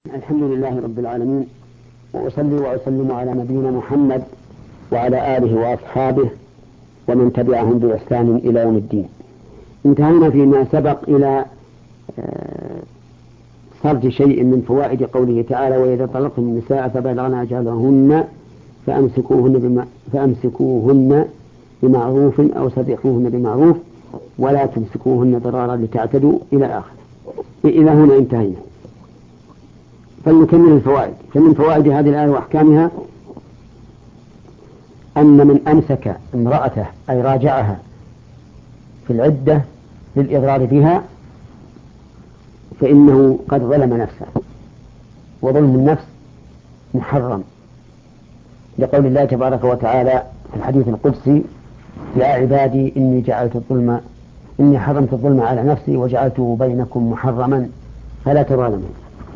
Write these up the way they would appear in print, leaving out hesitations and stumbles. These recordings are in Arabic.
الحمد لله رب العالمين، وأصلي وأسلم على نبينا محمد وعلى آله وأصحابه ومن تبعهم بإحسان إلى يوم الدين. انتهينا فيما سبق إلى سرد شيء من فوائد قوله تعالى: وإذا طلقتم النساء فبلغن أجلهن فأمسكوهن بمعروف أو سرحوهن بمعروف ولا تمسكوهن ضرارا لتعتدوا إلى آخر. إلى هنا انتهينا. فلنكمل الفوائد. فمن فوائد هذه الآية وأحكامها أن من أمسك امرأته أي راجعها في العدة للإضرار بها فإنه قد ظلم نفسه، وظلم النفس محرم، لقول الله تبارك وتعالى في الحديث القدسي: يا عبادي إني حرمت الظلم على نفسي وجعلته بينكم محرما فلا تظالموا.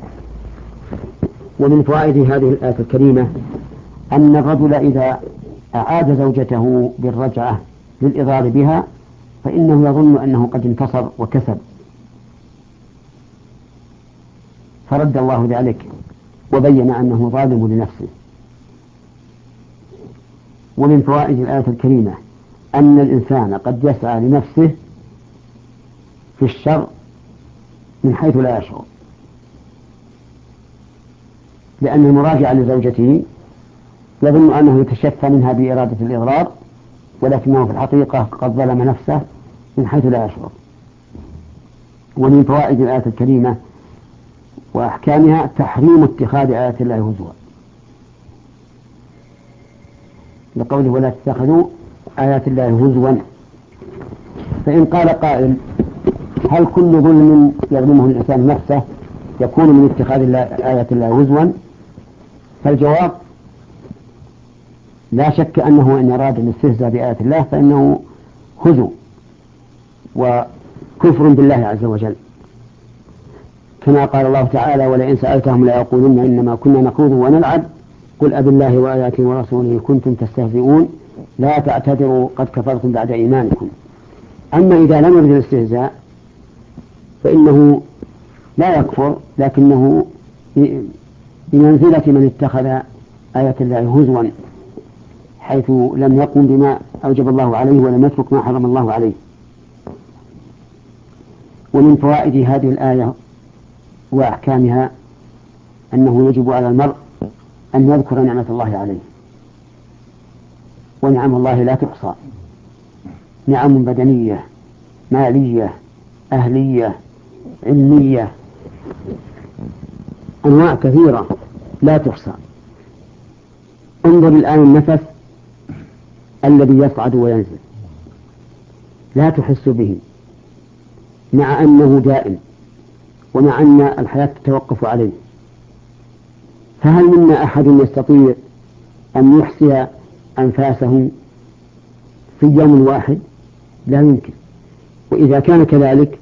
ومن فوائد هذه الآية الكريمة أن الرجل إذا أعاد زوجته بالرجعة للإضرار بها فإنه يظن أنه قد انتصر وكسب، فرد الله ذلك وبين أنه ظالم لنفسه. ومن فوائد الآية الكريمة أن الإنسان قد يسعى لنفسه في الشر من حيث لا يشعر، لأن المراجع لزوجته يظن أنه يتشفى منها بإرادة الإضرار، ولكنه في الحقيقة قد ظلم نفسه من حيث لا يشعر. ومن فوائد الآية الكريمة وأحكامها تحريم اتخاذ آيات الله هزوا، لقوله: ولا تتخذوا آيات الله هزوا. فإن قال قائل: هل كل ظلم يظلمه الإنسان نفسه يكون من اتخاذ آيات الله هزوا؟ فالجواب: لا شك أنه إن أراد الاستهزاء بآيات الله فإنه هزو وكفر بالله عز وجل، كما قال الله تعالى: ولئن سألتهم ليقولن إنما كنا نخوض ونلعب قل أبالله وآياته ورسوله كنتم تستهزئون لا تعتذروا قد كفرتم بعد إيمانكم. أما إذا لم يرد الاستهزاء فإنه لا يكفر، لكنه بمنزلة من اتخذ آية الله هزوا، حيث لم يقم بما أوجب الله عليه ولم يترك ما حرم الله عليه. ومن فوائد هذه الآية وأحكامها أنه يجب على المرء أن يذكر نعمة الله عليه، ونعم الله لا تحصى، نعم بدنية، مالية، أهلية، علمية، أنواع كثيرة لا تحصى. انظر الآن النفس الذي يصعد وينزل لا تحس به، مع أنه دائم ومع أن الحياة تتوقف عليه. فهل منا أحد يستطيع أن يحصي أنفاسه في يوم واحد؟ لا يمكن. وإذا كان كذلك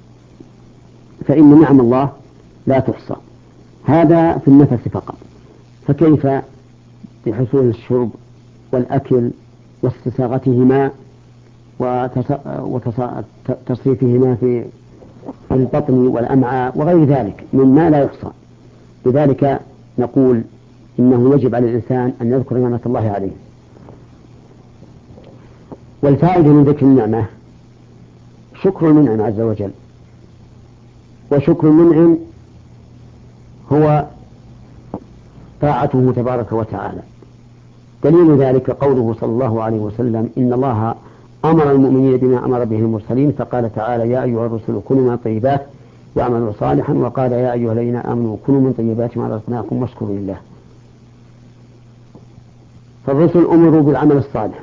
فإن نعم الله لا تحصى. هذا في النفس فقط، فكيف بحصول الشرب والأكل واستساغتهما وتصريفهما في البطن والأمعاء وغير ذلك مما لا يحصى. لذلك نقول إنه يجب على الإنسان أن يذكر نعمة الله عليه. والفائدة من ذكر النعمة شكر المنعم عز وجل، وشكر المنعم هو طاعته تبارك وتعالى. دليل ذلك قوله صلى الله عليه وسلم: إن الله أمر المؤمنين بما أمر به المرسلين، فقال تعالى: يا أيها الرسل كلوا من الطيبات واعملوا صالحا، وقال: يا أيها الذين آمنوا كلوا من طيبات ما رزقناكم واشكروا لله. فالرسل أمروا بالعمل الصالح،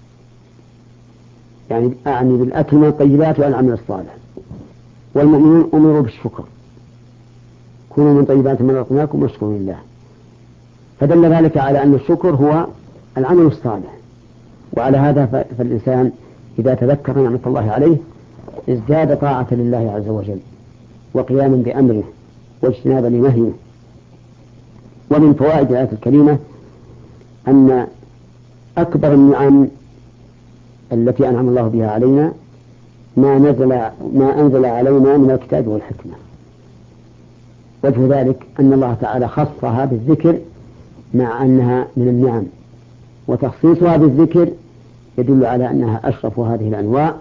يعني أعني بالأكل من الطيبات والعمل الصالح، والمؤمنون أمروا بالشكر: كلوا من طيبات ما رزقناكم واشكروا لله. فدل ذلك على أن الشكر هو العمل الصالح. وعلى هذا فالإنسان إذا تذكر نعمة الله عليه ازداد طاعة لله عز وجل وقياما بأمره واجتنابا لنهيه. ومن فوائد الآية الكريمة أن أكبر النعم التي أنعم الله بها علينا ما أنزل علينا من الكتاب والحكمة. وجه ذلك أن الله تعالى خصها بالذكر مع أنها من النعم، وتخصيصها بالذكر يدل على أنها أشرف هذه الأنواع.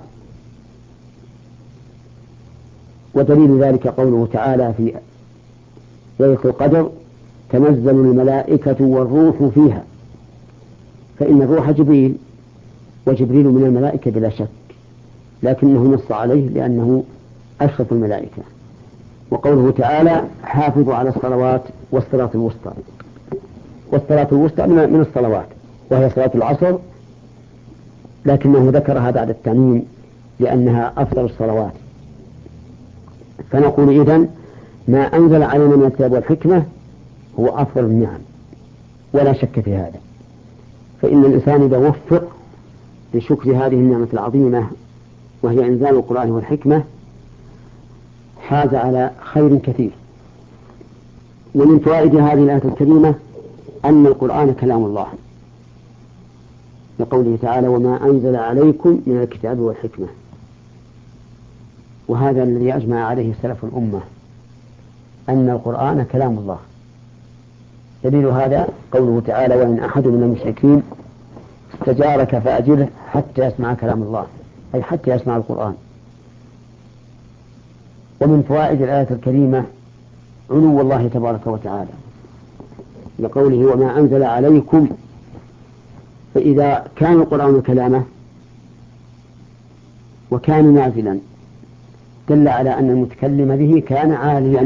ودليل ذلك قوله تعالى في ليلة القدر: تنزل الملائكة والروح فيها. فإن الروح جبريل، وجبريل من الملائكة بلا شك، لكنه نص عليه لأنه أشرف الملائكة. وقوله تعالى: حافظوا على الصلوات والصلاة الوسطى. والصلاة الوسطى من الصلوات، وهي صلاة العصر، لكنه ذكرها بعد التعميم لأنها أفضل الصلوات. فنقول إذن ما أنزل علينا من الكتاب والحكمة هو أفضل النعم، ولا شك في هذا. فإن الإنسان إذا وفق لشكر هذه النعمة العظيمة وهي إنزال القرآن والحكمة حاز على خير كثير. ومن فوائد هذه الآية الكريمة أن القرآن كلام الله، لقوله تعالى: وما أنزل عليكم من الكتاب والحكمة. وهذا الذي أجمع عليه سلف الأمة، أن القرآن كلام الله. دليل هذا قوله تعالى: وإن أحد من المشركين استجارك فأجره حتى يسمع كلام الله، أي حتى يسمع القرآن. ومن فوائد الآية الكريمة علو الله تبارك وتعالى، لقوله: وما أنزل عليكم. فإذا كان القرآن كلامه وكان نازلا دل على أن المتكلم به كان عاليا،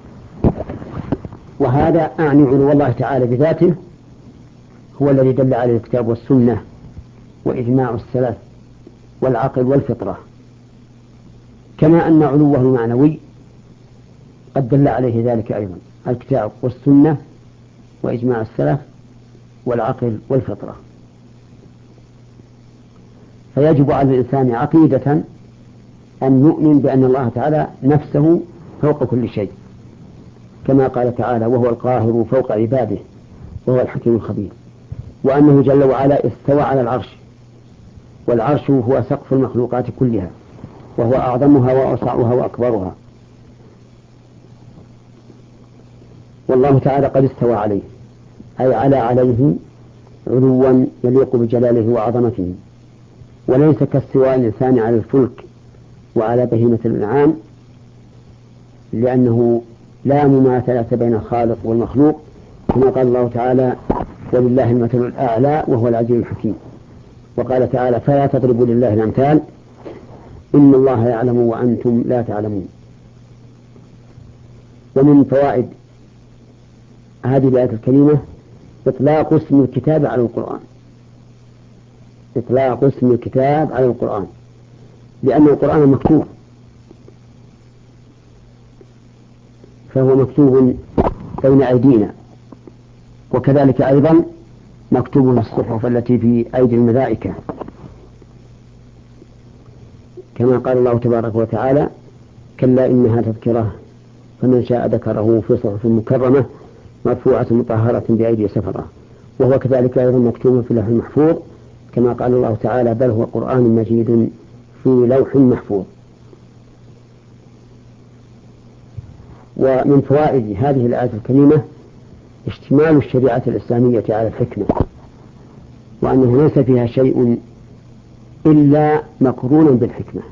وهذا أعني علو الله تعالى بذاته، هو الذي دل عليه الكتاب والسنة وإجماع السلف والعقل والفطرة، كما أن علوه المعنوي قد دل عليه ذلك أيضا الكتاب والسنة وإجماع السلف والعقل والفطرة. فيجب على الإنسان عقيدة أن يؤمن بأن الله تعالى نفسه فوق كل شيء، كما قال تعالى: وهو القاهر فوق عباده وهو الحكيم الخبير. وأنه جل وعلا استوى على العرش، والعرش هو سقف المخلوقات كلها، وهو أعظمها وأوسعها وأكبرها، والله تعالى قد استوى عليه، أي عليه علوا يليق بجلاله وعظمته، وليس كاستواء الإنسان على الفلك وعلى بهيمة الأنعام، لأنه لا مماثلة بين الخالق والمخلوق، كما قال الله تعالى: ولله المثل الأعلى وهو العزيز الحكيم. وقال تعالى: فلا تضربوا لله الأمثال إن الله يعلم وأنتم لا تعلمون. ومن فوائد هذه الآية الكريمة إطلاق اسم الكتاب على القرآن، إطلاق اسم الكتاب على القرآن، لأن القرآن مكتوب، فهو مكتوب بين أيدينا، وكذلك أيضا مكتوب في الصحف التي في أيدي الملائكة، كما قال الله تبارك وتعالى: كلا إنها تذكرة فمن شاء ذكره في صحف مكرمة مرفوعة مطهرة بأيدي سفرة. وهو كذلك أيضا مكتوب في اللوح المحفوظ، كما قال الله تعالى: بل هو قرآن مجيد في لوح محفوظ. ومن فوائد هذه الآية الكريمة اشتمال الشريعة الإسلامية على الحكمة، وأنه ليس فيها شيء إلا مقرونا بالحكمة،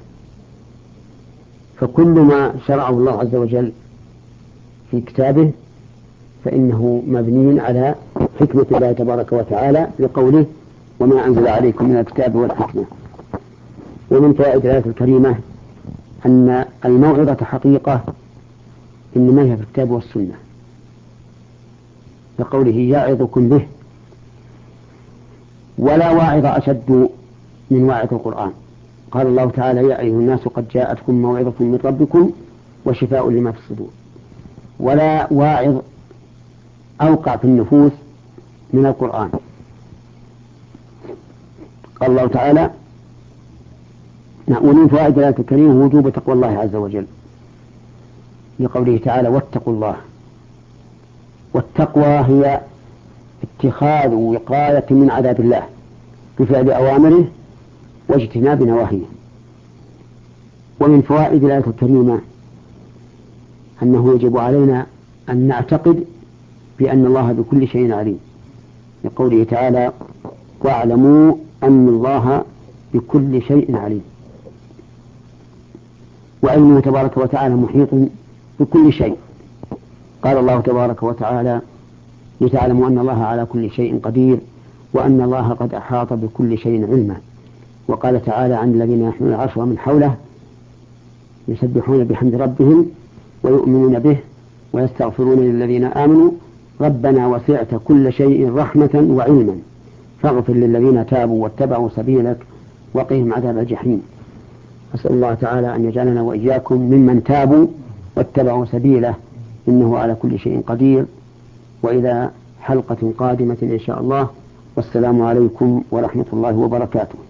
فكل ما شرعه الله عز وجل في كتابه فإنه مبني على حكمة الله تبارك وتعالى، لقوله: وما أنزل عليكم من الكتاب والحكمة. ومن فوائد الآية الكريمة أن الموعظة حقيقة إنما هي في الكتاب والسنة، لقوله: يعظكم به. ولا واعظ أشد من واعظ القرآن. قال الله تعالى: يا أيها الناس قد جاءتكم موعظة من ربكم وشفاء لما في الصدور. ولا واعظ أوقع في النفوس من القرآن. قال الله تعالى: ومن فوائد الآية الكريمة وجوب تقوى الله عز وجل، لقوله تعالى: واتقوا الله. والتقوى هي اتخاذ وقاية من عذاب الله بفعل أوامره واجتناب نواهيه. ومن فوائد الآية الكريمة أنه يجب علينا أن نعتقد بأن الله بكل شيء عليم، لقوله تعالى: واعلموا أن الله بكل شيء عليم. وعلمه تبارك وتعالى محيط بكل شيء. قال الله تبارك وتعالى: لتعلموا أن الله على كل شيء قدير وأن الله قد أحاط بكل شيء علما. وقال تعالى عن الذين يحملون العرش ومن حوله: يسبحون بحمد ربهم ويؤمنون به ويستغفرون للذين آمنوا ربنا وسعت كل شيء رحمة وعلما فاغفر للذين تابوا واتبعوا سبيلك وقهم عذاب الجحيم. أسأل الله تعالى أن يجعلنا وإياكم ممن تابوا واتبعوا سبيله، إنه على كل شيء قدير. وإلى حلقة قادمة إن شاء الله، والسلام عليكم ورحمة الله وبركاته.